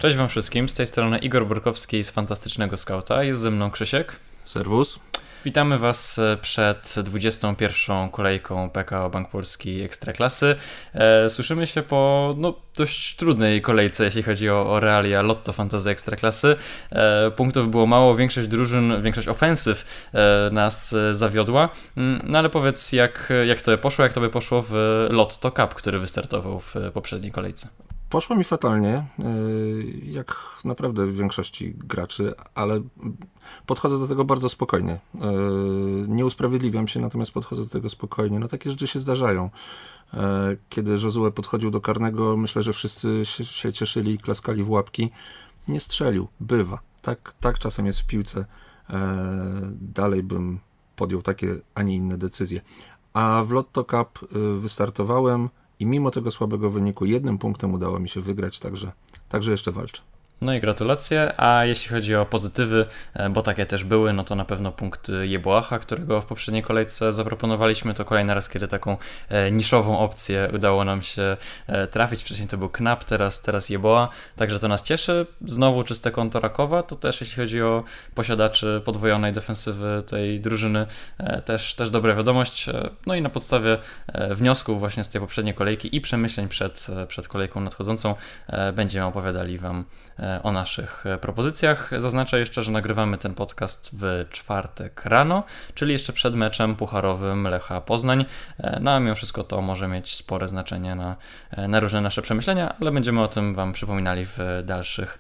Cześć wam wszystkim, z tej strony Igor Borkowski z Fantastycznego Skauta, jest ze mną Krzysiek. Serwus. Witamy was przed 21. kolejką PKO Bank Polski Ekstraklasy. Słyszymy się po dość trudnej kolejce, jeśli chodzi o realia Lotto Fantasy Ekstraklasy. Punktów było mało, większość drużyn, większość ofensyw nas zawiodła. No ale powiedz, jak to by poszło w Lotto Cup, który wystartował w poprzedniej kolejce? Poszło mi fatalnie, jak naprawdę w większości graczy, ale podchodzę do tego bardzo spokojnie. Nie usprawiedliwiam się, natomiast podchodzę do tego spokojnie. No takie rzeczy się zdarzają. Kiedy Josue podchodził do karnego, myślę, że wszyscy się cieszyli i klaskali w łapki. Nie strzelił. Bywa. Tak czasem jest w piłce. Dalej bym podjął takie, a nie inne decyzje. A w Lotto Cup wystartowałem i mimo tego słabego wyniku 1 punktem udało mi się wygrać, także jeszcze walczę. No i gratulacje, a jeśli chodzi o pozytywy, bo takie też były, no to na pewno punkt Jeboacha, którego w poprzedniej kolejce zaproponowaliśmy, to kolejny raz, kiedy taką niszową opcję udało nam się trafić. Wcześniej to był Knap, teraz Jeboa, także to nas cieszy. Znowu czyste konto Rakowa, to też jeśli chodzi o posiadaczy podwojonej defensywy tej drużyny, też dobra wiadomość. No i na podstawie wniosków właśnie z tej poprzedniej kolejki i przemyśleń przed kolejką nadchodzącą będziemy opowiadali wam o naszych propozycjach. Zaznaczę jeszcze, że nagrywamy ten podcast w czwartek rano, czyli jeszcze przed meczem pucharowym Lecha Poznań. No a mimo wszystko to może mieć spore znaczenie na różne nasze przemyślenia, ale będziemy o tym wam przypominali w dalszych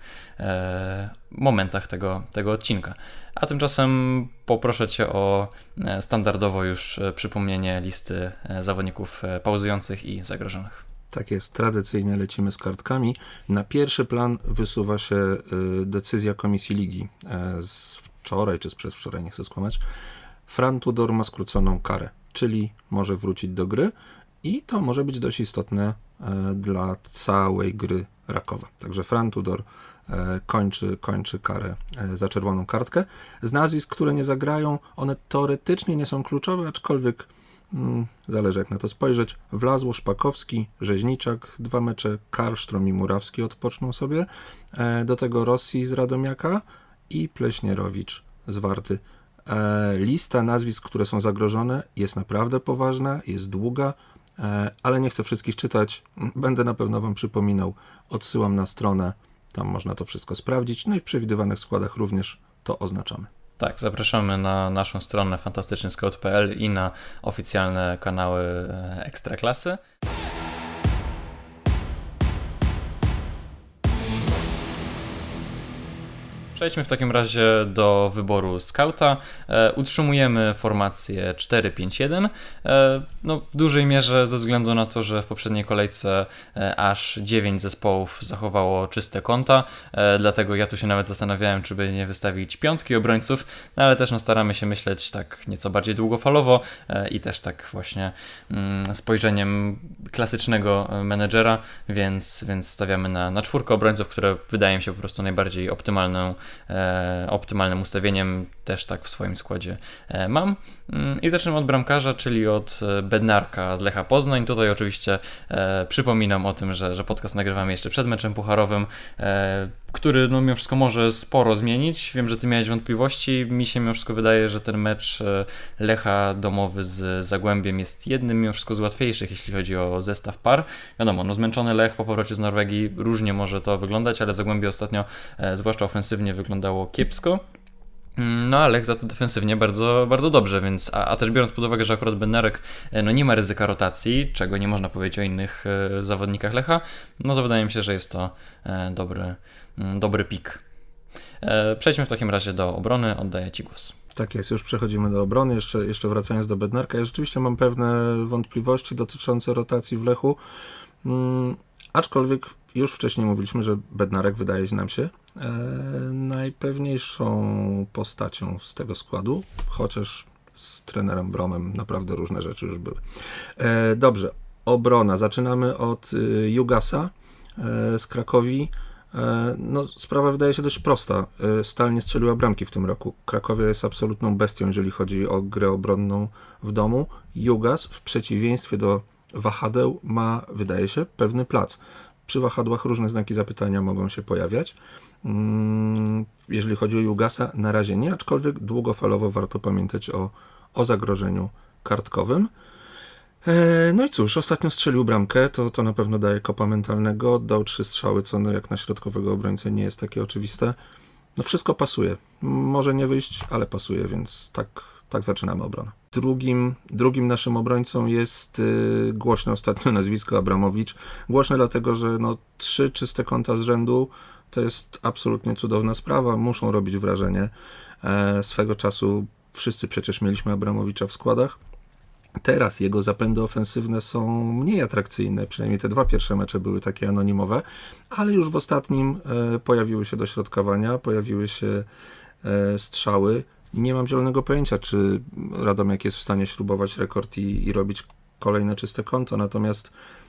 momentach tego odcinka. A tymczasem poproszę cię o standardowo już przypomnienie listy zawodników pauzujących i zagrożonych. Tak jest, tradycyjnie lecimy z kartkami. Na pierwszy plan wysuwa się decyzja Komisji Ligi z wczoraj czy z przedwczoraj, nie chcę skłamać. Fran Tudor ma skróconą karę, czyli może wrócić do gry i to może być dość istotne dla całej gry Rakowa. Także Fran Tudor kończy karę za czerwoną kartkę. Z nazwisk, które nie zagrają, one teoretycznie nie są kluczowe, aczkolwiek zależy jak na to spojrzeć. Wlazło Szpakowski, Rzeźniczak, 2 mecze, Karlström i Murawski odpoczną sobie. Do tego Rossi z Radomiaka i Pleśnierowicz z Warty. Lista nazwisk, które są zagrożone, jest naprawdę poważna, jest długa, ale nie chcę wszystkich czytać. Będę na pewno wam przypominał. Odsyłam na stronę, tam można to wszystko sprawdzić. No i w przewidywanych składach również to oznaczamy. Tak, zapraszamy na naszą stronę fantastycznyscout.pl i na oficjalne kanały Ekstraklasy. Przejdźmy w takim razie do wyboru skauta. Utrzymujemy formację 4-5-1. W dużej mierze ze względu na to, że w poprzedniej kolejce aż 9 zespołów zachowało czyste konta. Dlatego ja tu się nawet zastanawiałem, czy by nie wystawić 5 obrońców, ale też staramy się myśleć tak nieco bardziej długofalowo i też tak właśnie spojrzeniem klasycznego menedżera, więc stawiamy na 4 obrońców, które wydaje mi się po prostu najbardziej optymalnym ustawieniem, też tak w swoim składzie mam. I zaczynamy od bramkarza, czyli od Bednarka z Lecha Poznań. Tutaj oczywiście przypominam o tym, że podcast nagrywamy jeszcze przed meczem pucharowym, który mimo wszystko może sporo zmienić. Wiem, że ty miałeś wątpliwości. Mi się mimo wszystko wydaje, że ten mecz Lecha domowy z Zagłębiem jest jednym mimo wszystko z łatwiejszych, jeśli chodzi o zestaw par. Wiadomo, zmęczony Lech po powrocie z Norwegii, różnie może to wyglądać, ale Zagłębie ostatnio, zwłaszcza ofensywnie, wyglądało kiepsko. No a Lech za to defensywnie bardzo, bardzo dobrze, więc a też biorąc pod uwagę, że akurat Bednarek nie ma ryzyka rotacji, czego nie można powiedzieć o innych zawodnikach Lecha, no to wydaje mi się, że jest to dobry pik. Przejdźmy w takim razie do obrony, oddaję ci głos. Tak jest, już przechodzimy do obrony, jeszcze wracając do Bednarka. Ja rzeczywiście mam pewne wątpliwości dotyczące rotacji w Lechu, aczkolwiek już wcześniej mówiliśmy, że Bednarek wydaje nam się najpewniejszą postacią z tego składu, chociaż z trenerem Bromem naprawdę różne rzeczy już były. Dobrze, obrona. Zaczynamy od Jugasa z Krakowi. Sprawa wydaje się dość prosta. Stal nie strzeliła bramki w tym roku. Krakowia jest absolutną bestią, jeżeli chodzi o grę obronną w domu. Jugas w przeciwieństwie do wahadeł ma, wydaje się, pewny plac. przy wahadłach różne znaki zapytania mogą się pojawiać. Jeżeli chodzi o Jugasa, na razie nie, aczkolwiek długofalowo warto pamiętać o zagrożeniu kartkowym. No i cóż, ostatnio strzelił bramkę, to na pewno daje kopa mentalnego, dał 3 strzały, co jak na środkowego obrońcę nie jest takie oczywiste. No wszystko pasuje. Może nie wyjść, ale pasuje, więc tak zaczynamy obronę. Drugim naszym obrońcą jest głośne ostatnio nazwisko Abramowicz. Głośne dlatego, że 3 czyste konta z rzędu to jest absolutnie cudowna sprawa, muszą robić wrażenie. Swego czasu wszyscy przecież mieliśmy Abramowicza w składach. Teraz jego zapędy ofensywne są mniej atrakcyjne, przynajmniej te 2 pierwsze mecze były takie anonimowe, ale już w ostatnim pojawiły się dośrodkowania, pojawiły się strzały. Nie mam zielonego pojęcia, czy Radomiak jest w stanie śrubować rekord i robić kolejne czyste konto, natomiast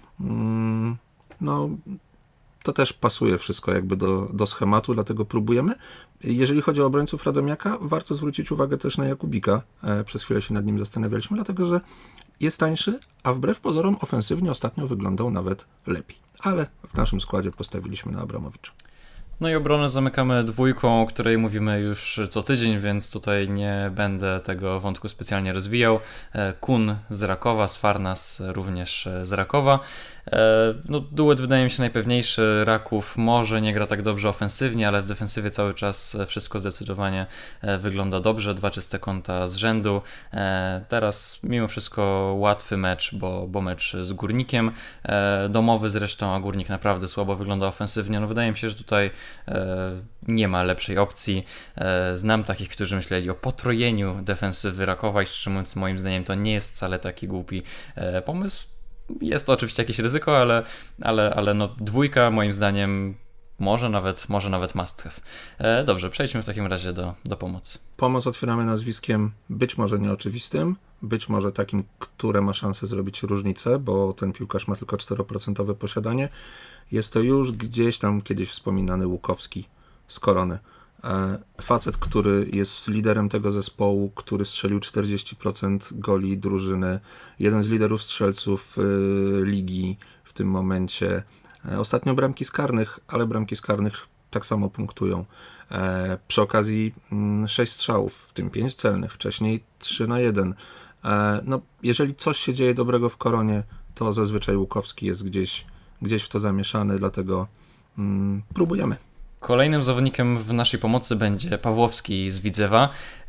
to też pasuje wszystko jakby do schematu, dlatego próbujemy. Jeżeli chodzi o obrońców Radomiaka, warto zwrócić uwagę też na Jakubika. Przez chwilę się nad nim zastanawialiśmy, dlatego że jest tańszy, a wbrew pozorom ofensywnie ostatnio wyglądał nawet lepiej. Ale w naszym składzie postawiliśmy na Abramowicza. No i obronę zamykamy 2, o której mówimy już co tydzień, więc tutaj nie będę tego wątku specjalnie rozwijał. Kun z Rakowa, Sfarnas również z Rakowa. Duet wydaje mi się najpewniejszy. Raków może nie gra tak dobrze ofensywnie, ale w defensywie cały czas wszystko zdecydowanie wygląda dobrze. 2 czyste konta z rzędu. Teraz mimo wszystko łatwy mecz, bo mecz z Górnikiem. Domowy zresztą, a Górnik naprawdę słabo wygląda ofensywnie. Wydaje mi się, że tutaj nie ma lepszej opcji. Znam takich, którzy myśleli o potrojeniu defensywy Rakowa i szczerze mówiąc, moim zdaniem to nie jest wcale taki głupi pomysł. Jest to oczywiście jakieś ryzyko, ale 2 moim zdaniem może nawet must have. Dobrze, przejdźmy w takim razie do pomocy. Pomoc otwieramy nazwiskiem być może nieoczywistym, być może takim, które ma szansę zrobić różnicę, bo ten piłkarz ma tylko 4% posiadanie. Jest to już gdzieś tam kiedyś wspominany Łukowski z Korony. Facet, który jest liderem tego zespołu, który strzelił 40% goli drużyny, jeden z liderów strzelców ligi w tym momencie. Ostatnio bramki z karnych, ale bramki z karnych tak samo punktują. Przy okazji 6 strzałów, w tym 5 celnych, wcześniej 3-1. Jeżeli coś się dzieje dobrego w Koronie, to zazwyczaj Łukowski jest gdzieś w to zamieszany, dlatego próbujemy. Kolejnym zawodnikiem w naszej pomocy będzie Pawłowski z Widzewa,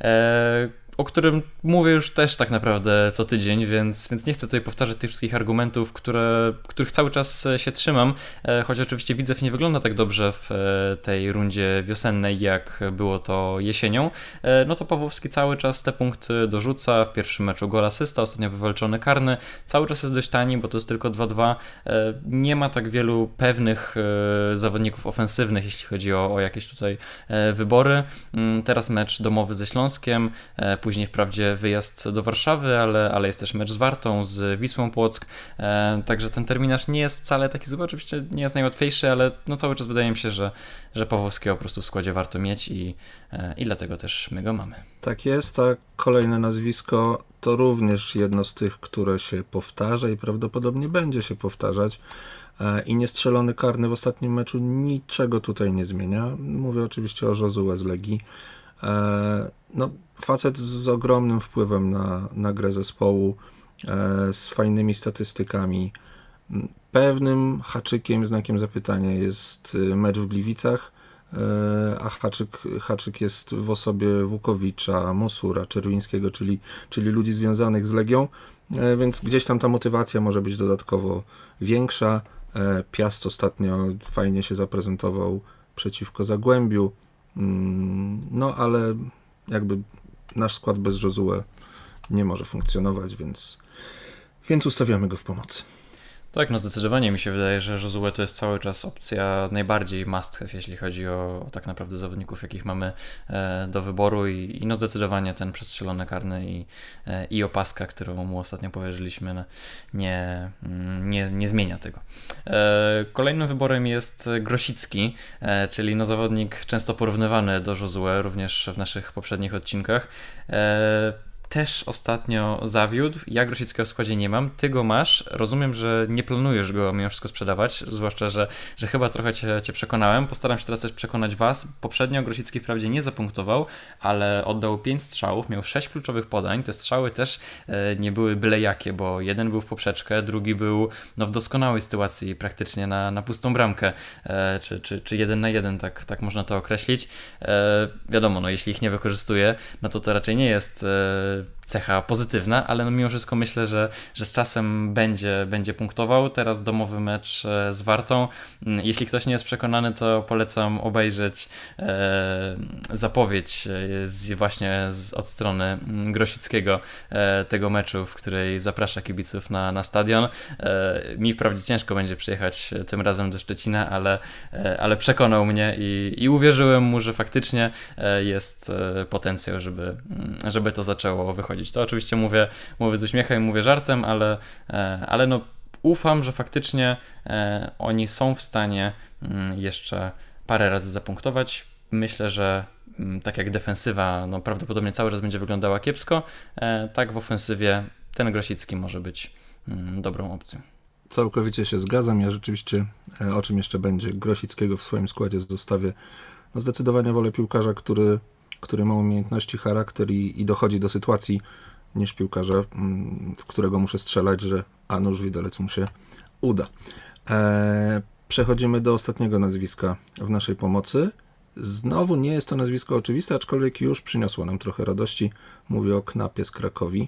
o którym mówię już też tak naprawdę co tydzień, więc nie chcę tutaj powtarzać tych wszystkich argumentów, których cały czas się trzymam, choć oczywiście Widzew nie wygląda tak dobrze w tej rundzie wiosennej, jak było to jesienią, to Pawłowski cały czas te punkty dorzuca. W pierwszym meczu gol, asysta, ostatnio wywalczony karny, cały czas jest dość tani, bo to jest tylko 2-2. Nie ma tak wielu pewnych zawodników ofensywnych, jeśli chodzi o jakieś tutaj wybory. Teraz mecz domowy ze Śląskiem, później wprawdzie wyjazd do Warszawy, ale jest też mecz z Wartą, z Wisłą Płock, także ten terminarz nie jest wcale taki zły, oczywiście nie jest najłatwiejszy, ale cały czas wydaje mi się, że Pawłowskiego po prostu w składzie warto mieć i dlatego też my go mamy. Tak jest, a kolejne nazwisko to również jedno z tych, które się powtarza i prawdopodobnie będzie się powtarzać. I niestrzelony karny w ostatnim meczu niczego tutaj nie zmienia. Mówię oczywiście o Josue z Legii. Facet z ogromnym wpływem na grę zespołu, z fajnymi statystykami. Pewnym haczykiem, znakiem zapytania jest mecz w Gliwicach, a haczyk jest w osobie Wukowicza, Mosura, Czerwińskiego, czyli ludzi związanych z Legią, więc gdzieś tam ta motywacja może być dodatkowo większa. Piast ostatnio fajnie się zaprezentował przeciwko Zagłębiu, ale jakby nasz skład bez Josue nie może funkcjonować, więc ustawiamy go w pomocy. Tak, zdecydowanie mi się wydaje, że Josue to jest cały czas opcja najbardziej must have, jeśli chodzi o tak naprawdę zawodników, jakich mamy do wyboru i zdecydowanie ten przestrzelony karny i opaska, którą mu ostatnio powierzyliśmy, nie zmienia tego. Kolejnym wyborem jest Grosicki, czyli zawodnik często porównywany do Josue, również w naszych poprzednich odcinkach. też ostatnio zawiódł. Ja Grosickiego w składzie nie mam, ty go masz. Rozumiem, że nie planujesz go mimo wszystko sprzedawać, zwłaszcza, że chyba trochę cię przekonałem. Postaram się teraz też przekonać was. Poprzednio Grosicki wprawdzie nie zapunktował, ale oddał 5 strzałów, miał 6 kluczowych podań. Te strzały też nie były byle jakie, bo jeden był w poprzeczkę, drugi był w doskonałej sytuacji, praktycznie na pustą bramkę, czy 1 na 1, tak można to określić. Wiadomo, jeśli ich nie wykorzystuje, no to raczej nie jest cecha pozytywna, ale mimo wszystko myślę, że z czasem będzie punktował. Teraz domowy mecz z Wartą. Jeśli ktoś nie jest przekonany, to polecam obejrzeć zapowiedź właśnie od strony Grosickiego tego meczu, w której zaprasza kibiców na stadion. Mi wprawdzie ciężko będzie przyjechać tym razem do Szczecina, ale przekonał mnie i uwierzyłem mu, że faktycznie jest potencjał, żeby to zaczęło wychodzić. To oczywiście mówię z uśmiechem, mówię żartem, ale ufam, że faktycznie oni są w stanie jeszcze parę razy zapunktować. Myślę, że tak jak defensywa prawdopodobnie cały czas będzie wyglądała kiepsko, tak w ofensywie ten Grosicki może być dobrą opcją. Całkowicie się zgadzam. Ja rzeczywiście, o czym jeszcze będzie, Grosickiego w swoim składzie zostawię. Zdecydowanie wolę piłkarza, który ma umiejętności, charakter i dochodzi do sytuacji, niż piłkarza, w którego muszę strzelać, że nuż widelec mu się uda. Przechodzimy do ostatniego nazwiska w naszej pomocy. Znowu nie jest to nazwisko oczywiste, aczkolwiek już przyniosło nam trochę radości. Mówię o Knapie z Krakowi.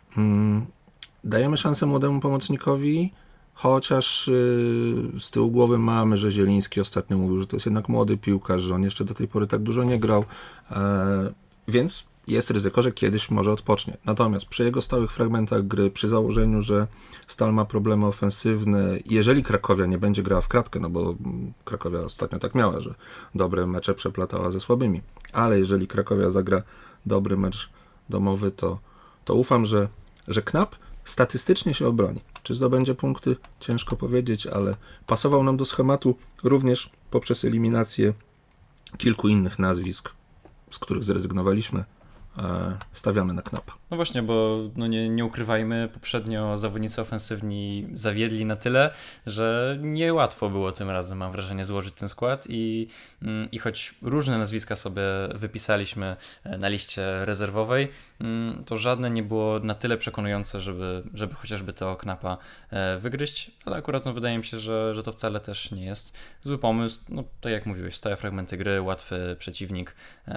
Dajemy szansę młodemu pomocnikowi, chociaż z tyłu głowy mamy, że Zieliński ostatnio mówił, że to jest jednak młody piłkarz, że on jeszcze do tej pory tak dużo nie grał, więc jest ryzyko, że kiedyś może odpocznie. Natomiast przy jego stałych fragmentach gry, przy założeniu, że Stal ma problemy ofensywne, jeżeli Krakowia nie będzie grała w kratkę, no bo Krakowia ostatnio tak miała, że dobre mecze przeplatała ze słabymi, ale jeżeli Krakowia zagra dobry mecz domowy, to ufam, że Knap statystycznie się obroni. Czy zdobędzie punkty? Ciężko powiedzieć, ale pasował nam do schematu również poprzez eliminację kilku innych nazwisk, z których zrezygnowaliśmy. Stawiamy na Knapa. No właśnie, bo nie ukrywajmy, poprzednio zawodnicy ofensywni zawiedli na tyle, że niełatwo było tym razem, mam wrażenie, złożyć ten skład i choć różne nazwiska sobie wypisaliśmy na liście rezerwowej, to żadne nie było na tyle przekonujące, żeby chociażby tego Knapa wygryźć, ale akurat wydaje mi się, że to wcale też nie jest zły pomysł. No tak jak mówiłeś, stałe fragmenty gry, łatwy przeciwnik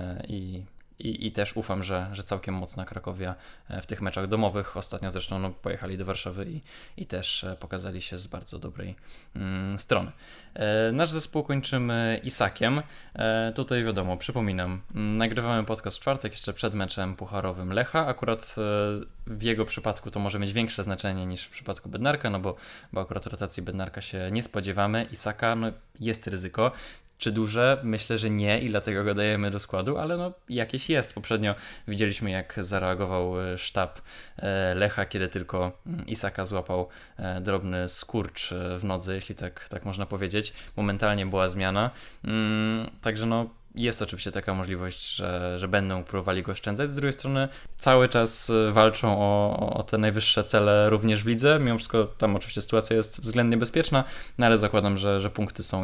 i też ufam, że całkiem mocna Krakowia w tych meczach domowych. Ostatnio zresztą pojechali do Warszawy i też pokazali się z bardzo dobrej strony. Nasz zespół kończymy Isakiem. Tutaj wiadomo, przypominam, nagrywamy podcast w czwartek jeszcze przed meczem pucharowym Lecha. Akurat w jego przypadku to może mieć większe znaczenie niż w przypadku Bednarka, bo akurat rotacji Bednarka się nie spodziewamy. Isaka, jest ryzyko. Czy duże? Myślę, że nie i dlatego go dajemy do składu, ale jakieś jest. Poprzednio widzieliśmy, jak zareagował sztab Lecha, kiedy tylko Isaka złapał drobny skurcz w nodze, jeśli tak można powiedzieć. Momentalnie była zmiana. Także jest oczywiście taka możliwość, że będą próbowali go oszczędzać. Z drugiej strony cały czas walczą o te najwyższe cele również w lidze. Mimo wszystko tam oczywiście sytuacja jest względnie bezpieczna, ale zakładam, że punkty są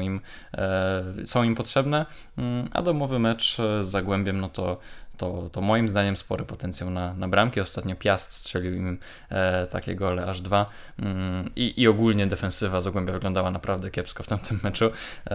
im potrzebne. A domowy mecz z Zagłębiem, to moim zdaniem spory potencjał na bramki. Ostatnio Piast strzelił im takie gole, aż 2. I ogólnie defensywa Zagłębia wyglądała naprawdę kiepsko w tamtym meczu.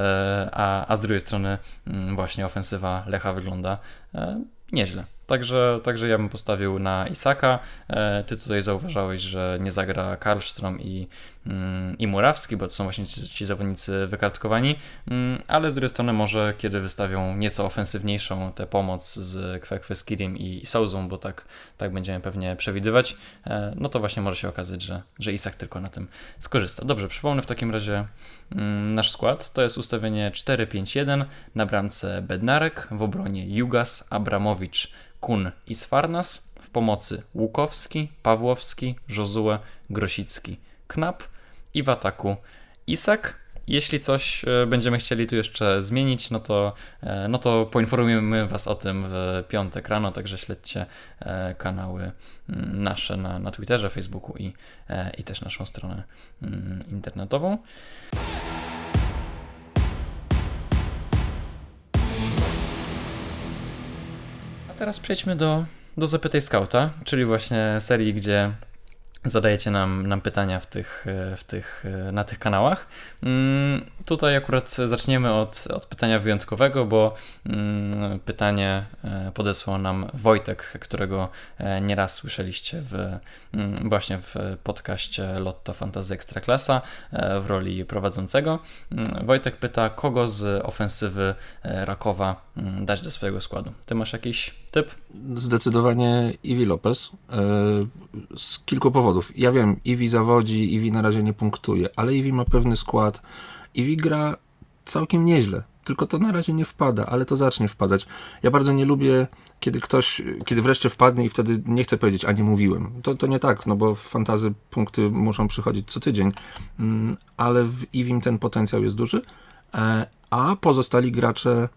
A z drugiej strony właśnie ofensywa Lecha wygląda nieźle. Także ja bym postawił na Isaka. Ty tutaj zauważałeś, że nie zagra Karlström i Murawski, bo to są właśnie ci zawodnicy wykartkowani, ale z drugiej strony może kiedy wystawią nieco ofensywniejszą tę pomoc z Kwekweskirim i Souzą, bo tak będziemy pewnie przewidywać, to właśnie może się okazać, że Isak tylko na tym skorzysta. Dobrze, przypomnę w takim razie nasz skład. To jest ustawienie 4-5-1, na bramce Bednarek, w obronie Jugas, Abramowicz, Kun i Sfarnas, w pomocy Łukowski, Pawłowski, Josue, Grosicki, Knap i w ataku Isak. Jeśli coś będziemy chcieli tu jeszcze zmienić, no to poinformujemy Was o tym w piątek rano, także śledźcie kanały nasze na Twitterze, Facebooku i też naszą stronę internetową. A teraz przejdźmy do Zapytaj Skauta, czyli właśnie serii, gdzie zadajecie nam pytania na tych kanałach. Tutaj akurat zaczniemy od pytania wyjątkowego, bo pytanie podesłał nam Wojtek, którego nieraz słyszeliście właśnie w podcaście Lotto Fantasy Ekstraklasa w roli prowadzącego. Wojtek pyta, kogo z ofensywy Rakowa dać do swojego składu. Ty masz jakiś typ? Zdecydowanie Iwi Lopez. Z kilku powodów. Ja wiem, Iwi zawodzi, Iwi na razie nie punktuje, ale Iwi ma pewny skład. Iwi gra całkiem nieźle, tylko to na razie nie wpada, ale to zacznie wpadać. Ja bardzo nie lubię, kiedy wreszcie wpadnie i wtedy nie chcę powiedzieć, a nie mówiłem. To nie tak, no bo w fantasy punkty muszą przychodzić co tydzień, ale w Iwim ten potencjał jest duży, a pozostali gracze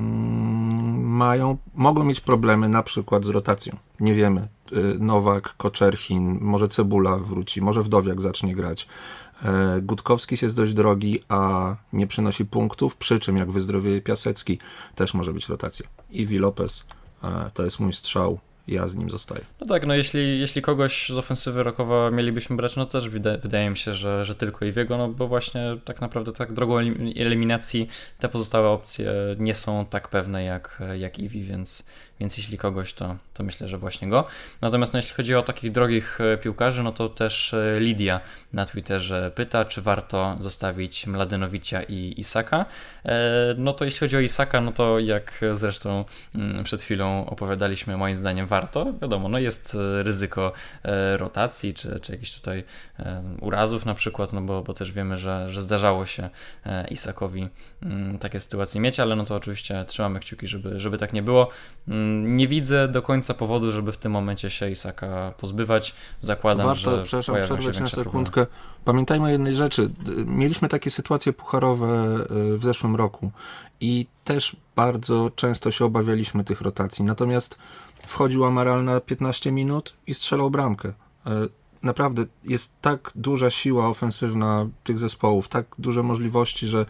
mogą mieć problemy na przykład z rotacją. Nie wiemy. Nowak, Koczerchin, może Cebula wróci, może Wdowiak zacznie grać. Gutkowski jest dość drogi, a nie przynosi punktów, przy czym jak wyzdrowieje Piasecki, też może być rotacja. Iwi Lopez to jest mój strzał, ja z nim zostaję. No tak, no jeśli kogoś z ofensywy Rakowa mielibyśmy brać, no też wydaje mi się, że tylko Iwiego, no bo właśnie tak naprawdę tak drogą eliminacji te pozostałe opcje nie są tak pewne jak Iwi, więc jeśli kogoś, to myślę, że właśnie go. Natomiast no, jeśli chodzi o takich drogich piłkarzy, no to też Lidia na Twitterze pyta, czy warto zostawić Mladenowicza i Isaka. No to jeśli chodzi o Isaka, no to jak zresztą przed chwilą opowiadaliśmy, moim zdaniem warto. Wiadomo, no jest ryzyko rotacji, czy jakichś tutaj urazów na przykład, no bo też wiemy, że zdarzało się Isakowi takie sytuacje mieć, ale no to oczywiście trzymamy kciuki, żeby tak nie było. Nie widzę do końca powodu, żeby w tym momencie się Isaka pozbywać. Zakładam, że przepraszam, przerwę ci na sekundkę. Pamiętajmy o jednej rzeczy. Mieliśmy takie sytuacje pucharowe w zeszłym roku i też bardzo często się obawialiśmy tych rotacji. Natomiast wchodził Amaral na 15 minut i strzelał bramkę. Naprawdę jest tak duża siła ofensywna tych zespołów, tak duże możliwości, że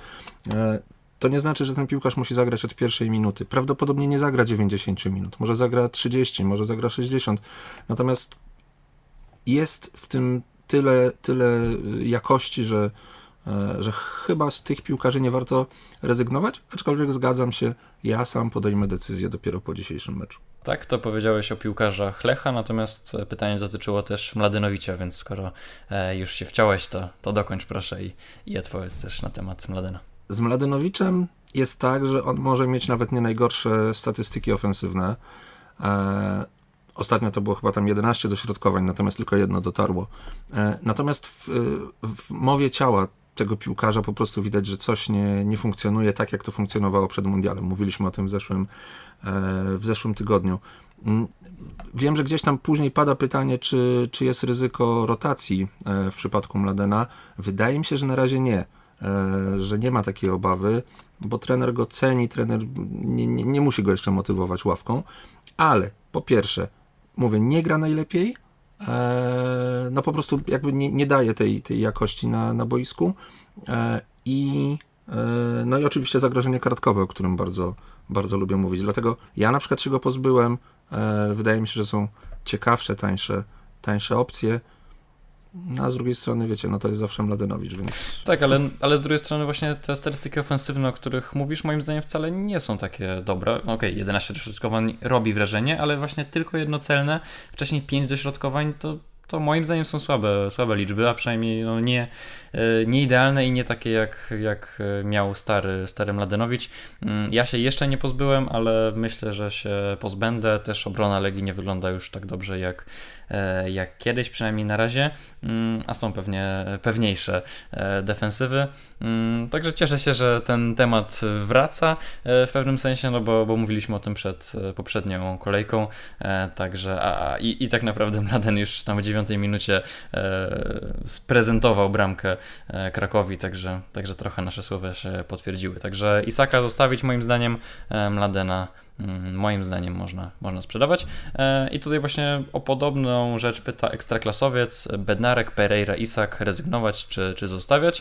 to nie znaczy, że ten piłkarz musi zagrać od pierwszej minuty. Prawdopodobnie nie zagra 90 minut, może zagra 30, może zagra 60. Natomiast jest w tym tyle jakości, że chyba z tych piłkarzy nie warto rezygnować, aczkolwiek zgadzam się, ja sam podejmę decyzję dopiero po dzisiejszym meczu. Tak, to powiedziałeś o piłkarzach Lecha, natomiast pytanie dotyczyło też Mladenowicza, więc skoro już się wciąłeś, to dokończ proszę i odpowiedz też na temat Mladena. Z Mladenowiczem jest tak, że on może mieć nawet nie najgorsze statystyki ofensywne. Ostatnio to było chyba tam 11 dośrodkowań, natomiast tylko jedno dotarło. Natomiast w mowie ciała tego piłkarza po prostu widać, że coś nie funkcjonuje tak, jak to funkcjonowało przed mundialem. Mówiliśmy o tym w zeszłym tygodniu. Wiem, że gdzieś tam później pada pytanie, czy jest ryzyko rotacji w przypadku Mladena. Wydaje mi się, że na razie nie. Że nie ma takiej obawy, bo trener go ceni, trener nie musi go jeszcze motywować ławką, ale po pierwsze, mówię, nie gra najlepiej, no po prostu jakby nie daje tej jakości na boisku no i oczywiście zagrożenie kartkowe, o którym bardzo, bardzo lubię mówić, dlatego ja na przykład się go pozbyłem, wydaje mi się, że są ciekawsze, tańsze opcje. No, a z drugiej strony, wiecie, no to jest zawsze Mladenowicz, więc... Tak, ale z drugiej strony właśnie te statystyki ofensywne, o których mówisz, moim zdaniem wcale nie są takie dobre. Okej, 11 dośrodkowań robi wrażenie, ale właśnie tylko jednocelne, wcześniej 5 dośrodkowań, to moim zdaniem są słabe liczby, a przynajmniej no nie idealne i nie takie jak miał stary Mladenowicz. Ja się jeszcze nie pozbyłem, ale myślę, że się pozbędę. Też obrona Legii nie wygląda już tak dobrze jak kiedyś, przynajmniej na razie, a są pewnie pewniejsze defensywy. Także cieszę się, że ten temat wraca w pewnym sensie, no bo mówiliśmy o tym przed poprzednią kolejką, także i tak naprawdę Mladen już tam w 9 minucie sprezentował bramkę Krakowi, także trochę nasze słowa się potwierdziły. Także Isaka zostawić moim zdaniem, Mladena moim zdaniem można sprzedawać. I tutaj właśnie o podobną rzecz pyta ekstraklasowiec: Bednarek, Pereira, Isak rezygnować czy zostawiać?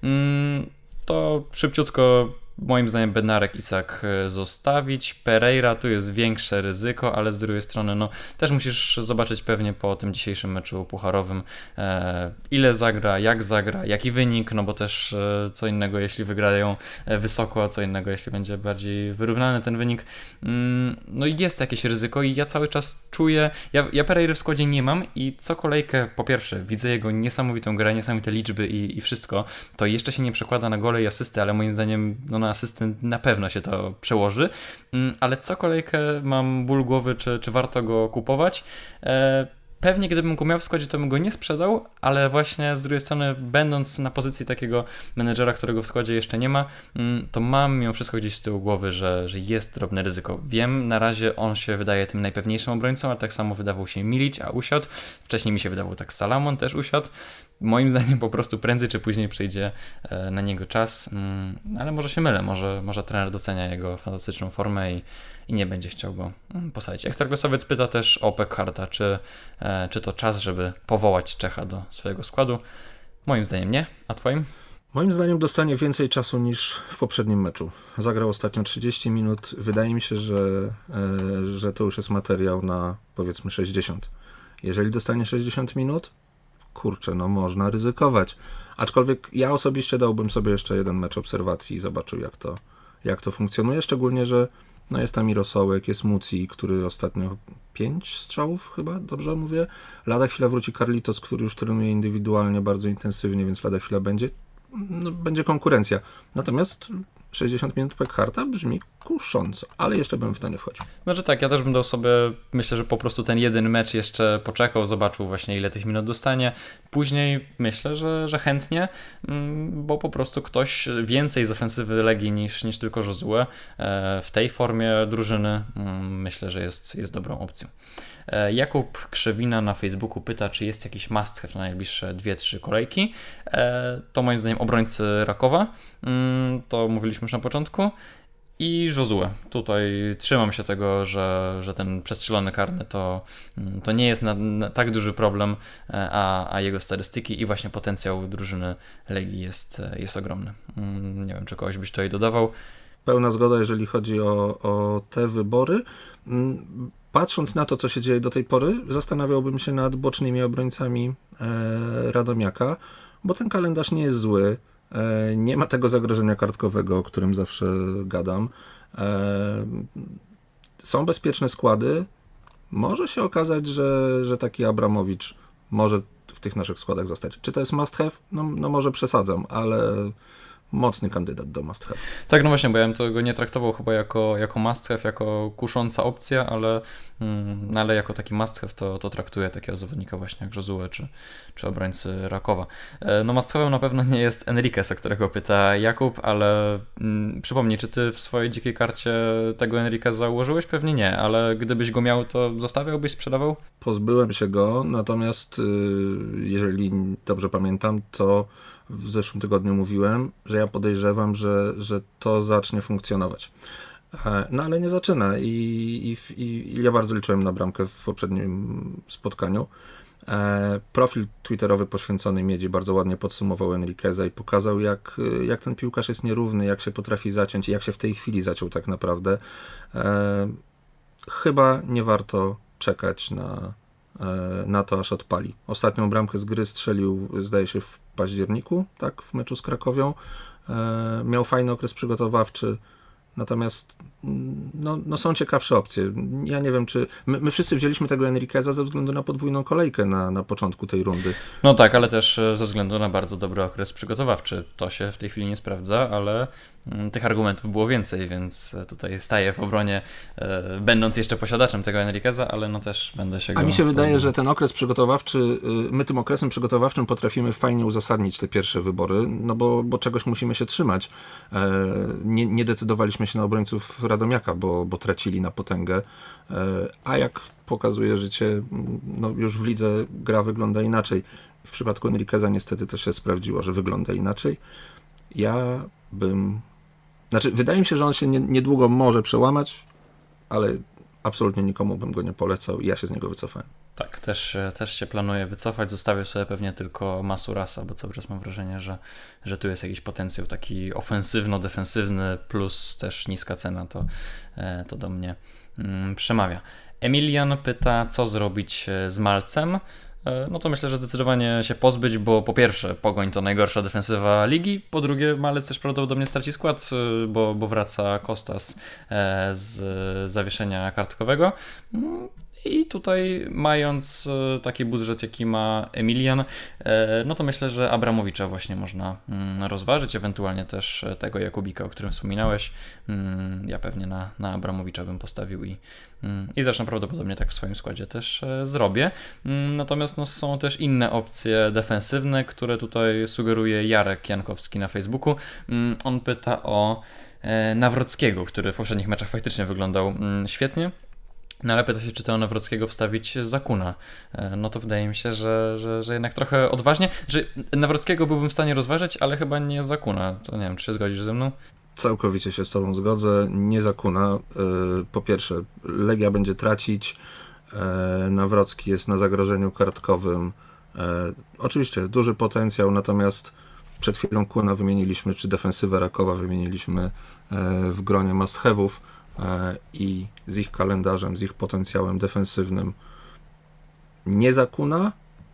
To szybciutko, moim zdaniem Bednarek, Isak zostawić. Pereira tu jest większe ryzyko, ale z drugiej strony no też musisz zobaczyć pewnie po tym dzisiejszym meczu pucharowym, ile zagra, jaki wynik, no bo też co innego jeśli wygrają wysoko, a co innego jeśli będzie bardziej wyrównany ten wynik. No i jest jakieś ryzyko i ja cały czas czuję, ja Pereiry w składzie nie mam i co kolejkę po pierwsze widzę jego niesamowitą grę, niesamowite liczby i wszystko, to jeszcze się nie przekłada na gole i asysty, ale moim zdaniem no na asystent na pewno się to przełoży, ale co kolejkę mam ból głowy, czy warto go kupować. Pewnie gdybym go miał w składzie, to bym go nie sprzedał, ale właśnie z drugiej strony, będąc na pozycji takiego menedżera, którego w składzie jeszcze nie ma, to mam mimo wszystko gdzieś z tyłu głowy, że jest drobne ryzyko. Wiem, na razie on się wydaje tym najpewniejszym obrońcą, ale tak samo wydawał się Milić, a usiadł. Wcześniej mi się wydawał tak Salamon też usiadł. Moim zdaniem po prostu prędzej czy później przyjdzie na niego czas, ale może się mylę, może trener docenia jego fantastyczną formę i nie będzie chciał go posadzić. Ekstraklasowiec pyta też o Pekharta, czy to czas, żeby powołać Czecha do swojego składu. Moim zdaniem nie, a twoim? Moim zdaniem dostanie więcej czasu niż w poprzednim meczu. Zagrał ostatnio 30 minut. Wydaje mi się, że to już jest materiał na powiedzmy 60. Jeżeli dostanie 60 minut, kurczę, no można ryzykować. Aczkolwiek ja osobiście dałbym sobie jeszcze jeden mecz obserwacji i zobaczył jak to funkcjonuje, szczególnie, że no jest tam Mirosołek, jest Muci, który ostatnio 5 strzałów chyba, dobrze mówię. Lada chwila wróci Carlitos, który już trenuje indywidualnie bardzo intensywnie, więc lada chwila będzie konkurencja. Natomiast 60 minut Pekharta brzmi kusząco, ale jeszcze bym w to nie wchodził. Znaczy tak, ja też bym dał sobie, myślę, że po prostu ten jeden mecz jeszcze poczekał, zobaczył właśnie ile tych minut dostanie. Później myślę, że chętnie, bo po prostu ktoś więcej z ofensywy Legii niż tylko Josue w tej formie drużyny myślę, że jest dobrą opcją. Jakub Krzewina na Facebooku pyta, czy jest jakiś must have na najbliższe 2-3 kolejki. To moim zdaniem obrońcy Rakowa, to mówiliśmy już na początku, i Josue. Tutaj trzymam się tego, że ten przestrzelony karny to nie jest na tak duży problem, a jego statystyki i właśnie potencjał drużyny Legii jest ogromny. Nie wiem, czy kogoś byś tutaj dodawał. Pełna zgoda, jeżeli chodzi o te wybory. Patrząc na to, co się dzieje do tej pory, zastanawiałbym się nad bocznymi obrońcami Radomiaka, bo ten kalendarz nie jest zły. Nie ma tego zagrożenia kartkowego, o którym zawsze gadam. Są bezpieczne składy. Może się okazać, że taki Abramowicz może w tych naszych składach zostać. Czy to jest must have? No może przesadzam, ale mocny kandydat do must have. Tak, no właśnie, bo ja bym tego nie traktował chyba jako must have, jako kusząca opcja, ale jako taki must have to traktuję takiego zawodnika właśnie jak Josue czy obrońcy Rakowa. No must have'em na pewno nie jest Enriquez, o którego pyta Jakub, ale przypomnij, czy ty w swojej dzikiej karcie tego Enriqueza ułożyłeś? Pewnie nie, ale gdybyś go miał, to zostawiałbyś, sprzedawał? Pozbyłem się go, natomiast jeżeli dobrze pamiętam, to w zeszłym tygodniu mówiłem, że ja podejrzewam, że to zacznie funkcjonować. No ale nie zaczyna i ja bardzo liczyłem na bramkę w poprzednim spotkaniu. Profil twitterowy poświęcony Miedzi bardzo ładnie podsumował Enriqueza i pokazał, jak ten piłkarz jest nierówny, jak się potrafi zaciąć i jak się w tej chwili zaciął tak naprawdę. Chyba nie warto czekać na to, aż odpali. Ostatnią bramkę z gry strzelił, zdaje się, w październiku, tak, w meczu z Krakowią. Miał fajny okres przygotowawczy, Natomiast no są ciekawsze opcje. Ja nie wiem, czy... My wszyscy wzięliśmy tego Enriqueza ze względu na podwójną kolejkę na początku tej rundy. No tak, ale też ze względu na bardzo dobry okres przygotowawczy. To się w tej chwili nie sprawdza, ale tych argumentów było więcej, więc tutaj staję w obronie, będąc jeszcze posiadaczem tego Enriqueza, ale no też będę się go... A mi się wydaje, że ten okres przygotowawczy, my tym okresem przygotowawczym potrafimy fajnie uzasadnić te pierwsze wybory, no bo czegoś musimy się trzymać. Nie decydowaliśmy się na obrońców Radomiaka, bo tracili na potęgę, a jak pokazuje życie, no już w lidze gra wygląda inaczej. W przypadku Enriqueza niestety to się sprawdziło, że wygląda inaczej. Wydaje mi się, że on się niedługo może przełamać, ale absolutnie nikomu bym go nie polecał i ja się z niego wycofałem. Tak, też się planuję wycofać, zostawię sobie pewnie tylko Masurasa, bo cały czas mam wrażenie, że tu jest jakiś potencjał taki ofensywno-defensywny, plus też niska cena, to do mnie przemawia. Emilian pyta, co zrobić z Malcem. No to myślę, że zdecydowanie się pozbyć, bo po pierwsze Pogoń to najgorsza defensywa ligi, po drugie Malec też prawdopodobnie straci skład, bo wraca Kostas z zawieszenia kartkowego. I tutaj mając taki budżet, jaki ma Emilian, no to myślę, że Abramowicza właśnie można rozważyć, ewentualnie też tego Jakubika, o którym wspominałeś. Ja pewnie na Abramowicza bym postawił i zresztą prawdopodobnie tak w swoim składzie też zrobię. Natomiast no, są też inne opcje defensywne, które tutaj sugeruje Jarek Jankowski na Facebooku. On pyta o Nawrockiego, który w poprzednich meczach faktycznie wyglądał świetnie. No ale pyta się, czy to Nawrockiego wstawić za Kuna. No to wydaje mi się, że jednak trochę odważnie. Że Nawrockiego byłbym w stanie rozważyć, ale chyba nie za Kuna. To nie wiem, czy się zgodzisz ze mną? Całkowicie się z tobą zgodzę. Nie za Kuna. Po pierwsze, Legia będzie tracić. Nawrocki jest na zagrożeniu kartkowym. Oczywiście duży potencjał, natomiast przed chwilą Kuna wymieniliśmy, czy defensywę Rakowa wymieniliśmy w gronie must have'ów. I z ich kalendarzem, z ich potencjałem defensywnym nie za Kuna,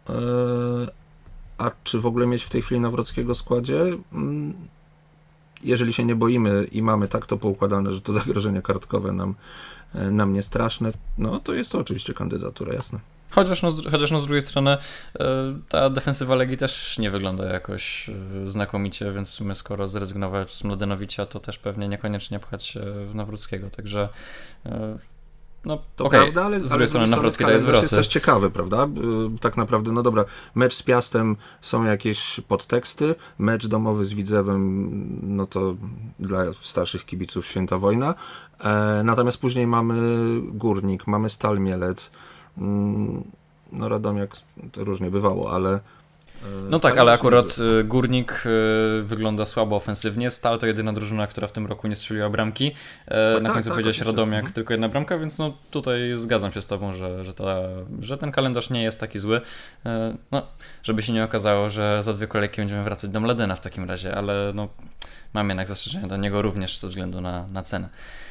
a czy w ogóle mieć w tej chwili Nawrockiego w składzie? Jeżeli się nie boimy i mamy tak to poukładane, że to zagrożenie kartkowe nam nie straszne, no to jest to oczywiście kandydatura, jasne. Chociaż z drugiej strony ta defensywa Legii też nie wygląda jakoś znakomicie, więc w sumie skoro zrezygnować z Mladenowicza, to też pewnie niekoniecznie pchać w Nawrockiego, także no to okay. Prawda, ale z drugiej strony Nawrocki daje zwroty. Jest też ciekawy, prawda? Tak naprawdę, no dobra, mecz z Piastem są jakieś podteksty, mecz domowy z Widzewem, no to dla starszych kibiców święta wojna, natomiast później mamy Górnik, mamy Stal Mielec, no Radomiak to różnie bywało, ale... No tak, ale akurat Górnik wygląda słabo ofensywnie. Stal to jedyna drużyna, która w tym roku nie strzeliła bramki. Na końcu powiedziałeś Radomiak, tylko jedna bramka, więc no tutaj zgadzam się z tobą, że ten kalendarz nie jest taki zły. No, żeby się nie okazało, że za 2 kolejki będziemy wracać do Mladena w takim razie, ale no, mam jednak zastrzeżenia do niego również ze względu na cenę.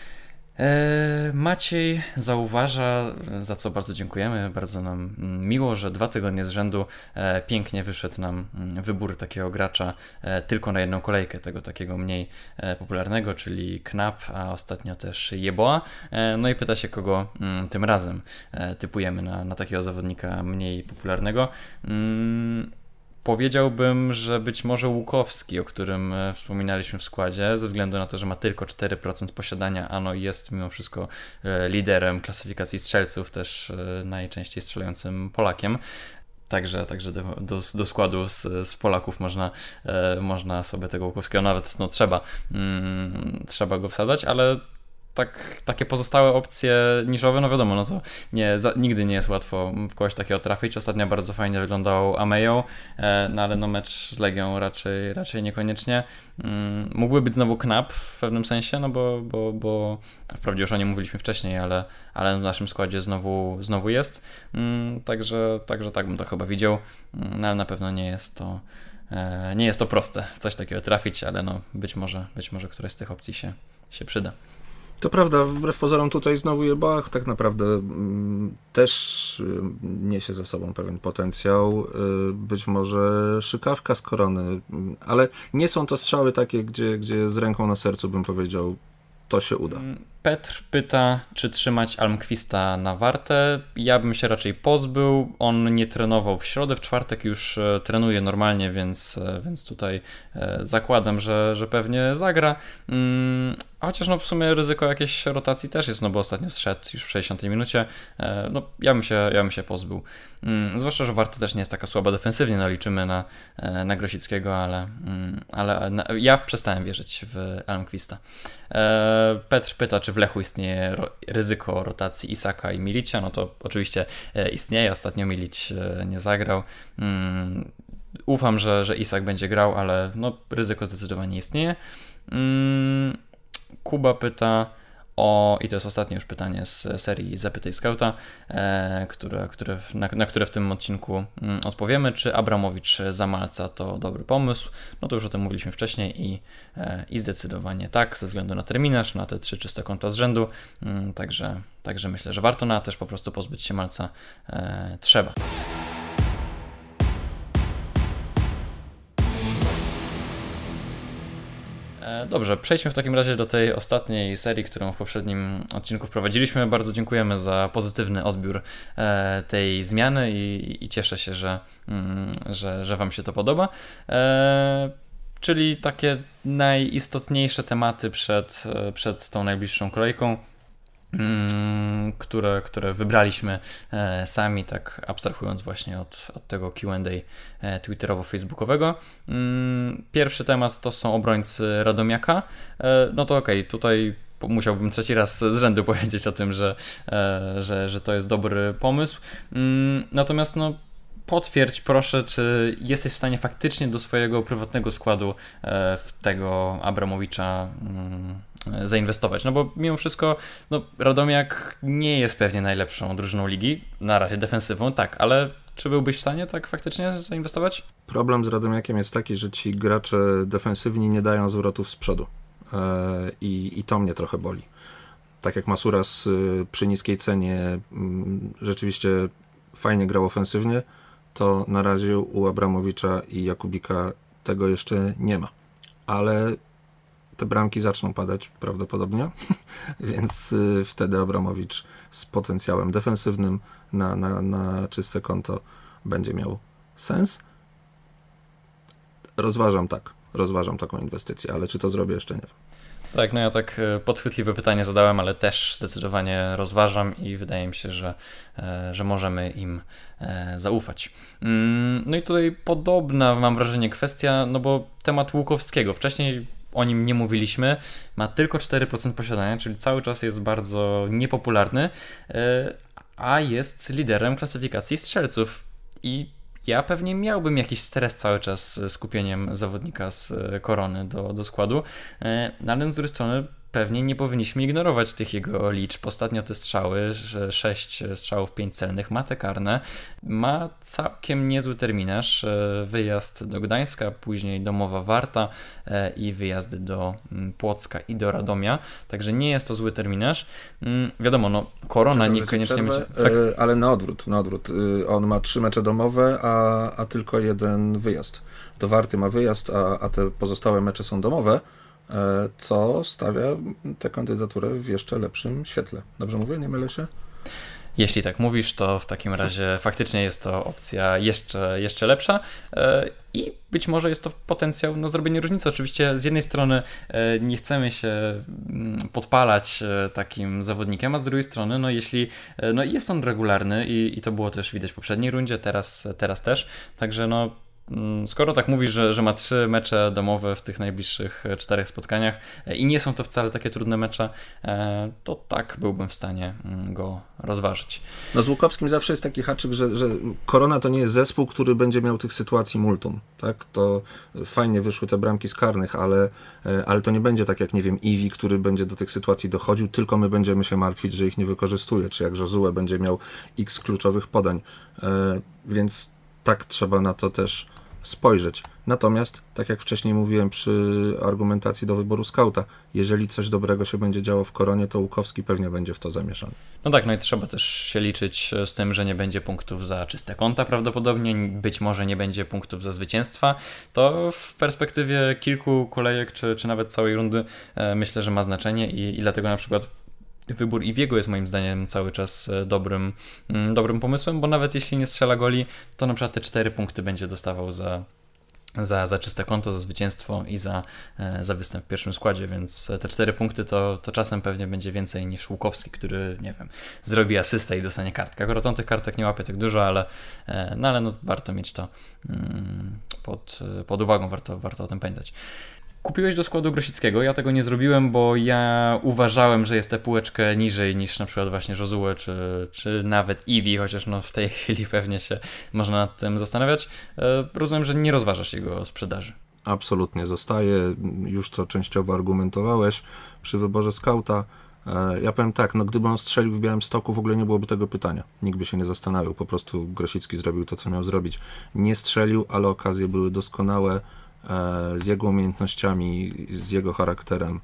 Maciej zauważa, za co bardzo dziękujemy, bardzo nam miło, że 2 tygodnie z rzędu pięknie wyszedł nam wybór takiego gracza tylko na jedną kolejkę, tego takiego mniej popularnego, czyli Knap, a ostatnio też Jeboa. No i pyta się, kogo tym razem typujemy na takiego zawodnika mniej popularnego. Powiedziałbym, że być może Łukowski, o którym wspominaliśmy w składzie, ze względu na to, że ma tylko 4% posiadania, a no jest mimo wszystko liderem klasyfikacji strzelców, też najczęściej strzelającym Polakiem. Także do składu z Polaków można sobie tego Łukowskiego nawet trzeba go wsadzać, ale takie pozostałe opcje niszowe, no wiadomo, no to nigdy nie jest łatwo w kogoś takiego trafić. Ostatnio bardzo fajnie wyglądał Amejo, no ale no mecz z Legią raczej niekoniecznie. Mógłby być znowu Knap w pewnym sensie, no bo wprawdzie już o nim mówiliśmy wcześniej, ale w naszym składzie znowu jest. Także tak bym to chyba widział, no ale na pewno nie jest to proste coś takiego trafić, ale no być może któraś z tych opcji się przyda. To prawda, wbrew pozorom tutaj znowu Jebach tak naprawdę też niesie ze sobą pewien potencjał, być może Szykawka z Korony, ale nie są to strzały takie, gdzie z ręką na sercu bym powiedział, to się uda. Petr pyta, czy trzymać Almqvista na Wartę. Ja bym się raczej pozbył. On nie trenował w środę, w czwartek już trenuje normalnie, więc tutaj zakładam, że pewnie zagra. Chociaż no w sumie ryzyko jakiejś rotacji też jest, no bo ostatnio zszedł już w 60 minucie. No ja bym się pozbył. Zwłaszcza, że Warta też nie jest taka słaba defensywnie, no liczymy na Grosickiego, ale ja przestałem wierzyć w Almqvista. Petr pyta, czy w Lechu istnieje ryzyko rotacji Isaka i Milicia. No to oczywiście istnieje. Ostatnio Milic nie zagrał. Ufam, że Isak będzie grał, ale no, ryzyko zdecydowanie istnieje. Kuba pyta i to jest ostatnie już pytanie z serii Zapytaj Skauta, na które w tym odcinku odpowiemy, czy Abramowicz za Malca to dobry pomysł. No to już o tym mówiliśmy wcześniej i zdecydowanie tak, ze względu na terminarz, na te 3 czyste konta z rzędu, także myślę, że warto, też po prostu pozbyć się Malca trzeba. Dobrze, przejdźmy w takim razie do tej ostatniej serii, którą w poprzednim odcinku wprowadziliśmy. Bardzo dziękujemy za pozytywny odbiór tej zmiany i cieszę się, że Wam się to podoba. Czyli takie najistotniejsze tematy przed tą najbliższą kolejką, które wybraliśmy sami, tak abstrahując właśnie od tego Q&A twitterowo-facebookowego. Pierwszy temat to są obrońcy Radomiaka. No to okej, tutaj musiałbym 3. raz z rzędu powiedzieć o tym, że to jest dobry pomysł. Natomiast potwierdź proszę, czy jesteś w stanie faktycznie do swojego prywatnego składu w tego Abramowicza zainwestować. No bo mimo wszystko Radomiak nie jest pewnie najlepszą drużyną ligi, na razie defensywą, tak, ale czy byłbyś w stanie tak faktycznie zainwestować? Problem z Radomiakiem jest taki, że ci gracze defensywni nie dają zwrotów z przodu i to mnie trochę boli. Tak jak Masuras przy niskiej cenie rzeczywiście fajnie grał ofensywnie, to na razie u Abramowicza i Jakubika tego jeszcze nie ma. Ale te bramki zaczną padać prawdopodobnie, więc wtedy Abramowicz z potencjałem defensywnym na czyste konto będzie miał sens. Rozważam taką inwestycję, ale czy to zrobię, jeszcze nie wiem. Tak, ja tak podchwytliwe pytanie zadałem, ale też zdecydowanie rozważam i wydaje mi się, że możemy im zaufać. No i tutaj podobna, mam wrażenie, kwestia, bo temat Łukowskiego. Wcześniej o nim nie mówiliśmy, ma tylko 4% posiadania, czyli cały czas jest bardzo niepopularny, a jest liderem klasyfikacji strzelców i ja pewnie miałbym jakiś stres cały czas z kupieniem zawodnika z Korony do składu, ale z drugiej strony pewnie nie powinniśmy ignorować tych jego liczb. Ostatnio te strzały, że 6 strzałów, 5 celnych, ma te karne, ma całkiem niezły terminarz, wyjazd do Gdańska, później domowa Warta i wyjazdy do Płocka i do Radomia, także nie jest to zły terminarz. Wiadomo, Korona niekoniecznie będzie... Tak. Ale na odwrót. On ma 3 mecze domowe, a tylko 1 wyjazd. Do Warty ma wyjazd, a te pozostałe mecze są domowe, co stawia tę kandydaturę w jeszcze lepszym świetle. Dobrze mówię? Nie mylę się? Jeśli tak mówisz, to w takim razie faktycznie jest to opcja jeszcze lepsza i być może jest to potencjał na zrobienie różnicy. Oczywiście z jednej strony nie chcemy się podpalać takim zawodnikiem, a z drugiej strony, jeśli jest on regularny i to było też widać w poprzedniej rundzie, teraz też, także skoro tak mówisz, że ma 3 mecze domowe w tych najbliższych 4 spotkaniach i nie są to wcale takie trudne mecze, to tak byłbym w stanie go rozważyć. Z Łukowskim zawsze jest taki haczyk, że Korona to nie jest zespół, który będzie miał tych sytuacji multum. Tak? To fajnie wyszły te bramki z karnych, ale to nie będzie tak jak, Iwi, który będzie do tych sytuacji dochodził, tylko my będziemy się martwić, że ich nie wykorzystuje, czy jak Josue będzie miał x kluczowych podań. Więc tak trzeba na to też spojrzeć. Natomiast, tak jak wcześniej mówiłem przy argumentacji do wyboru skauta, jeżeli coś dobrego się będzie działo w Koronie, to Łukowski pewnie będzie w to zamieszany. No tak, no i trzeba też się liczyć z tym, że nie będzie punktów za czyste konta prawdopodobnie, być może nie będzie punktów za zwycięstwa. To w perspektywie kilku kolejek, czy nawet całej rundy myślę, że ma znaczenie i dlatego na przykład wybór Iwiego jest moim zdaniem cały czas dobrym pomysłem, bo nawet jeśli nie strzela goli, to na przykład te 4 punkty będzie dostawał za czyste konto, za zwycięstwo i za występ w pierwszym składzie, więc te 4 punkty to czasem pewnie będzie więcej niż Łukowski, który, nie wiem, zrobi asystę i dostanie kartkę. Akurat on tych kartek nie łapie tak dużo, ale warto mieć to pod uwagą, warto o tym pamiętać. Kupiłeś do składu Grosickiego, ja tego nie zrobiłem, bo ja uważałem, że jest tę półeczkę niżej niż na przykład właśnie Josue czy nawet Iwi, chociaż no w tej chwili pewnie się można nad tym zastanawiać. Rozumiem, że nie rozważasz jego sprzedaży. Absolutnie zostaje, już to częściowo argumentowałeś przy wyborze skauta. Ja powiem tak, no gdyby on strzelił w Białymstoku, w ogóle nie byłoby tego pytania. Nikt by się nie zastanawiał, po prostu Grosicki zrobił to, co miał zrobić. Nie strzelił, ale okazje były doskonałe. Z jego umiejętnościami, z jego charakterem.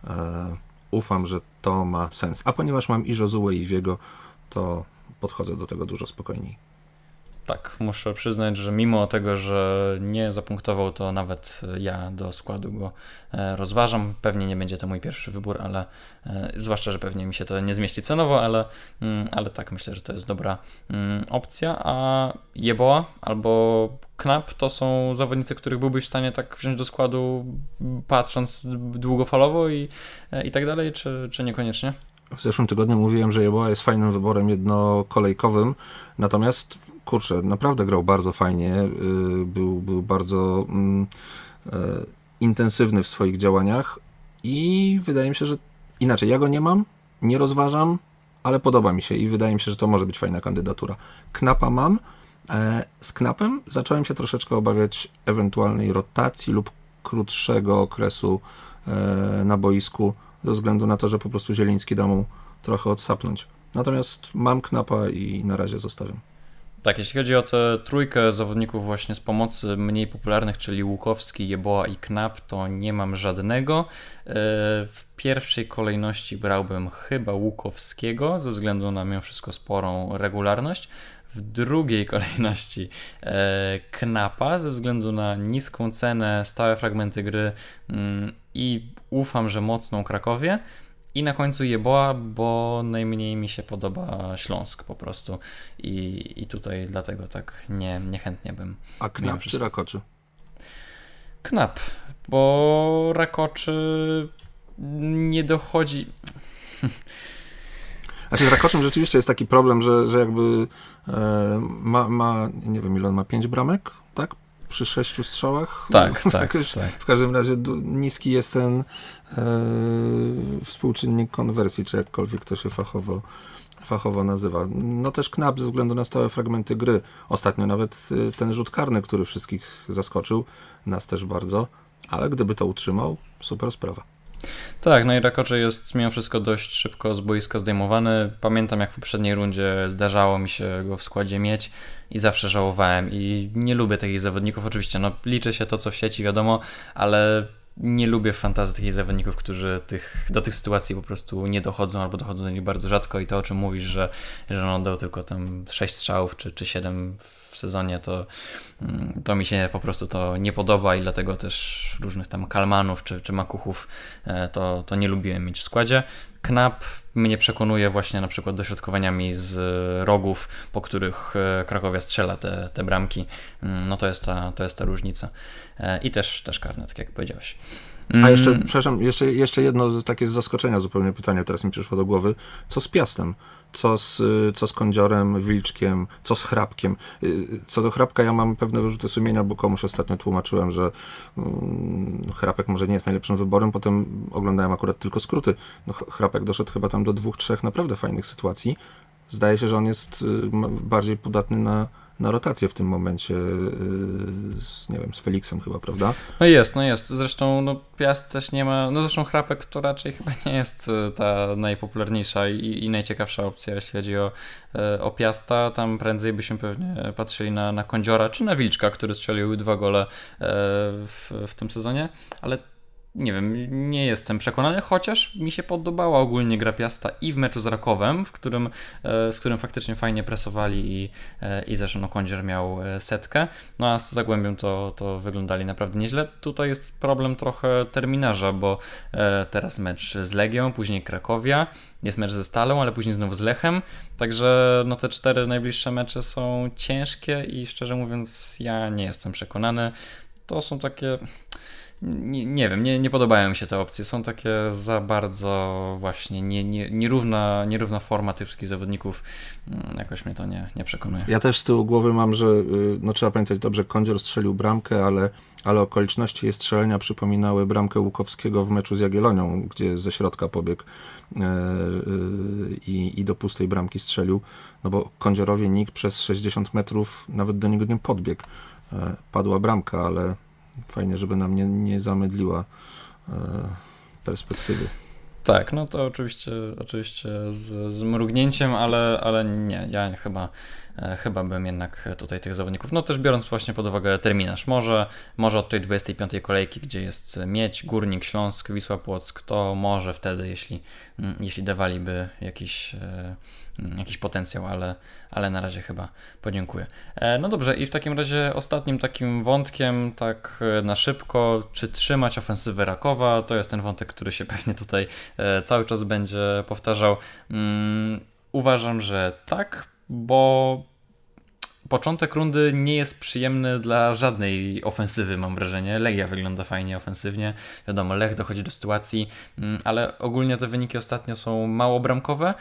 Ufam, że to ma sens. A ponieważ mam i Josue, i Iwiego, to podchodzę do tego dużo spokojniej. Tak, muszę przyznać, że mimo tego, że nie zapunktował, to nawet ja do składu go rozważam. Pewnie nie będzie to mój pierwszy wybór, ale zwłaszcza, że pewnie mi się to nie zmieści cenowo, ale tak, myślę, że to jest dobra opcja. A Jeboa albo Knap to są zawodnicy, których byłbyś w stanie tak wziąć do składu, patrząc długofalowo i tak dalej, czy niekoniecznie? W zeszłym tygodniu mówiłem, że Jeboa jest fajnym wyborem jednokolejkowym, natomiast kurczę, naprawdę grał bardzo fajnie, był bardzo intensywny w swoich działaniach i wydaje mi się, że inaczej, ja go nie mam, nie rozważam, ale podoba mi się i wydaje mi się, że to może być fajna kandydatura. Knapa mam, z Knapem zacząłem się troszeczkę obawiać ewentualnej rotacji lub krótszego okresu na boisku, ze względu na to, że po prostu Zieliński da mu trochę odsapnąć. Natomiast mam Knapa i na razie zostawiam. Tak, jeśli chodzi o tę trójkę zawodników właśnie z pomocy mniej popularnych, czyli Łukowski, Jeboa i Knap, to nie mam żadnego. W pierwszej kolejności brałbym chyba Łukowskiego, ze względu na mimo wszystko sporą regularność. W drugiej kolejności Knapa, ze względu na niską cenę, stałe fragmenty gry i ufam, że mocną Krakowie. I na końcu Jeboa, bo najmniej mi się podoba Śląsk po prostu. I tutaj dlatego tak niechętnie bym... A Knap czy Rakoczy? Knap, bo Rakoczy nie dochodzi... Znaczy z Rakoczem rzeczywiście jest taki problem, że jakby ma, nie wiem ile on ma, 5 bramek, tak? Przy 6 strzałach? Tak. W każdym razie niski jest ten współczynnik konwersji, czy jakkolwiek to się fachowo nazywa. No też Knap ze względu na stałe fragmenty gry. Ostatnio nawet ten rzut karny, który wszystkich zaskoczył, nas też bardzo, ale gdyby to utrzymał, super sprawa. Tak, no i Rakoczy jest mimo wszystko dość szybko z boiska zdejmowany. Pamiętam, jak w poprzedniej rundzie zdarzało mi się go w składzie mieć i zawsze żałowałem i nie lubię takich zawodników. Oczywiście, no liczy się to, co w sieci, wiadomo, ale nie lubię w fantazji takich zawodników, którzy do tych sytuacji po prostu nie dochodzą albo dochodzą do nich bardzo rzadko i to, o czym mówisz, że on oddał tylko tam 6 strzałów czy 7 w sezonie, to mi się po prostu to nie podoba i dlatego też różnych tam Kalmanów czy Makuchów to nie lubiłem mieć w składzie. Knap mnie przekonuje właśnie na przykład dośrodkowaniami z rogów, po których Krakowia strzela te bramki. No to jest ta różnica. I też karne, tak jak powiedziałeś. A jeszcze, przepraszam, jeszcze jedno takie z zaskoczenia zupełnie pytanie, teraz mi przyszło do głowy. Co z Piastem? Co z Kądziorem, Wilczkiem? Co z Hrabkiem? Co do Hrabka ja mam pewne wyrzuty sumienia, bo komuś ostatnio tłumaczyłem, że Hrabek może nie jest najlepszym wyborem, potem oglądałem akurat tylko skróty. No, Hrabek doszedł chyba tam do 2-3 naprawdę fajnych sytuacji. zdaje się, że on jest bardziej podatny na rotację w tym momencie z Feliksem chyba, prawda? No jest. Zresztą Piast też nie ma, zresztą Chrapek to raczej chyba nie jest ta najpopularniejsza i najciekawsza opcja, jeśli chodzi o Piasta. Tam prędzej byśmy pewnie patrzyli na Kądziora czy na Wilczka, który strzelił 2 gole w tym sezonie, ale nie wiem, nie jestem przekonany, chociaż mi się podobała ogólnie gra Piasta i w meczu z Rakowem, z którym faktycznie fajnie presowali i zresztą Kądzior miał setkę, a z Zagłębią to wyglądali naprawdę nieźle. Tutaj jest problem trochę terminarza, bo teraz mecz z Legią, później Krakowia, jest mecz ze Stalą, ale później znowu z Lechem, także te 4 najbliższe mecze są ciężkie i szczerze mówiąc ja nie jestem przekonany. To są takie... Nie wiem, nie podobają mi się te opcje. Są takie za bardzo właśnie nierówna forma tych wszystkich zawodników. Jakoś mnie to nie przekonuje. Ja też z tyłu głowy mam, że trzeba pamiętać dobrze, Kądzior strzelił bramkę, ale okoliczności jej strzelenia przypominały bramkę Łukowskiego w meczu z Jagiellonią, gdzie ze środka pobiegł i do pustej bramki strzelił, bo Kądziorowi nikt przez 60 metrów nawet do niego nie podbiegł. Padła bramka, ale fajnie, żeby nam nie zamydliła perspektywy. Tak, to oczywiście z mrugnięciem, ale nie, ja chyba bym jednak tutaj tych zawodników, też biorąc właśnie pod uwagę terminarz, może od tej 25. kolejki, gdzie jest Miedź, Górnik, Śląsk, Wisła Płock, to może wtedy, jeśli dawaliby jakiś potencjał, ale na razie chyba podziękuję. No dobrze, i w takim razie ostatnim takim wątkiem, tak na szybko, czy trzymać ofensywę Rakowa, to jest ten wątek, który się pewnie tutaj cały czas będzie powtarzał. Uważam, że tak, bo początek rundy nie jest przyjemny dla żadnej ofensywy, mam wrażenie. Legia wygląda fajnie ofensywnie, wiadomo, Lech dochodzi do sytuacji, ale ogólnie te wyniki ostatnio są mało bramkowe,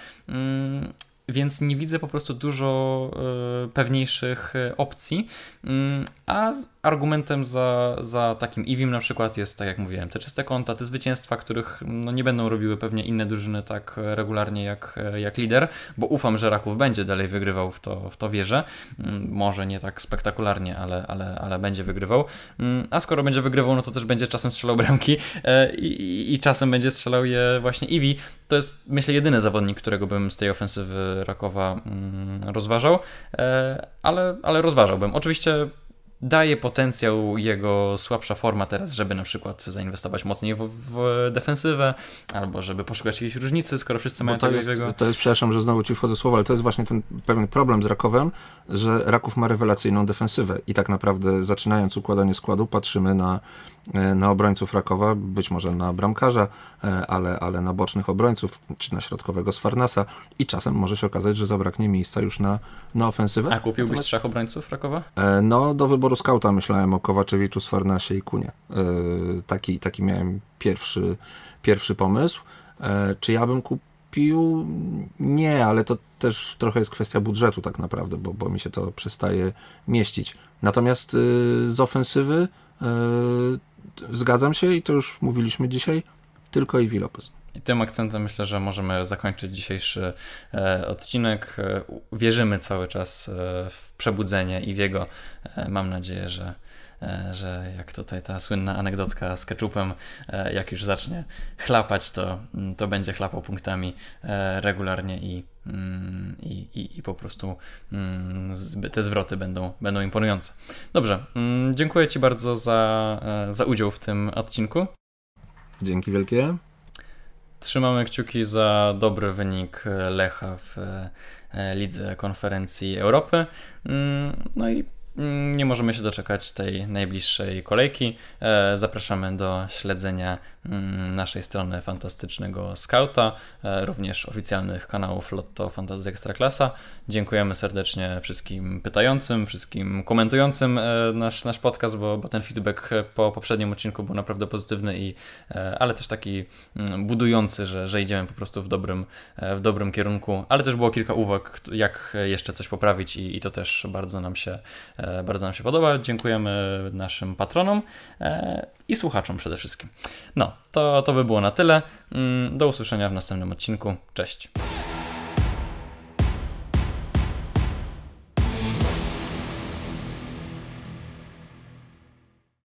więc nie widzę po prostu dużo pewniejszych opcji, a argumentem za takim Iwim na przykład jest, tak jak mówiłem, te czyste konta, te zwycięstwa, których nie będą robiły pewnie inne drużyny tak regularnie jak lider, bo ufam, że Raków będzie dalej wygrywał, w to wierzę. Może nie tak spektakularnie, ale będzie wygrywał. A skoro będzie wygrywał, to też będzie czasem strzelał bramki i czasem będzie strzelał je właśnie Iwi. To jest, myślę, jedyny zawodnik, którego bym z tej ofensywy Rakowa rozważał, ale rozważałbym. Oczywiście daje potencjał jego słabsza forma teraz, żeby na przykład zainwestować mocniej w defensywę, albo żeby poszukać jakiejś różnicy, skoro wszyscy mają tego. To jest, przepraszam, że znowu ci wchodzę w słowo, ale to jest właśnie ten pewien problem z Rakowem, że Raków ma rewelacyjną defensywę i tak naprawdę zaczynając układanie składu patrzymy na obrońców Rakowa, być może na bramkarza, ale na bocznych obrońców, czy na środkowego Sfarnasa i czasem może się okazać, że zabraknie miejsca już na ofensywę. A kupiłbyś 3 obrońców Rakowa? Do wyboru skauta myślałem o Kowaczewiczu, Sfarnasie i Kunie. Taki miałem pierwszy pomysł. Czy ja bym kupił? Nie, ale to też trochę jest kwestia budżetu tak naprawdę, bo mi się to przestaje mieścić. Natomiast z ofensywy zgadzam się i to już mówiliśmy dzisiaj, tylko Iwi Lopez. I tym akcentem myślę, że możemy zakończyć dzisiejszy odcinek. Wierzymy cały czas w przebudzenie Iwiego. Mam nadzieję, że jak tutaj ta słynna anegdotka z ketchupem, jak już zacznie chlapać, to będzie chlapał punktami regularnie i po prostu te zwroty będą imponujące. Dobrze, dziękuję Ci bardzo za udział w tym odcinku. Dzięki wielkie. Trzymamy kciuki za dobry wynik Lecha w Lidze Konferencji Europy. No i nie możemy się doczekać tej najbliższej kolejki. Zapraszamy do śledzenia naszej strony Fantastycznego Skauta, również oficjalnych kanałów Lotto Fantasy Ekstraklasa. Dziękujemy serdecznie wszystkim pytającym, wszystkim komentującym nasz podcast, bo ten feedback po poprzednim odcinku był naprawdę pozytywny, ale też taki budujący, że idziemy po prostu w dobrym kierunku, ale też było kilka uwag, jak jeszcze coś poprawić i to też bardzo nam się podoba. Dziękujemy naszym patronom i słuchaczom przede wszystkim. No, to by było na tyle. Do usłyszenia w następnym odcinku. Cześć.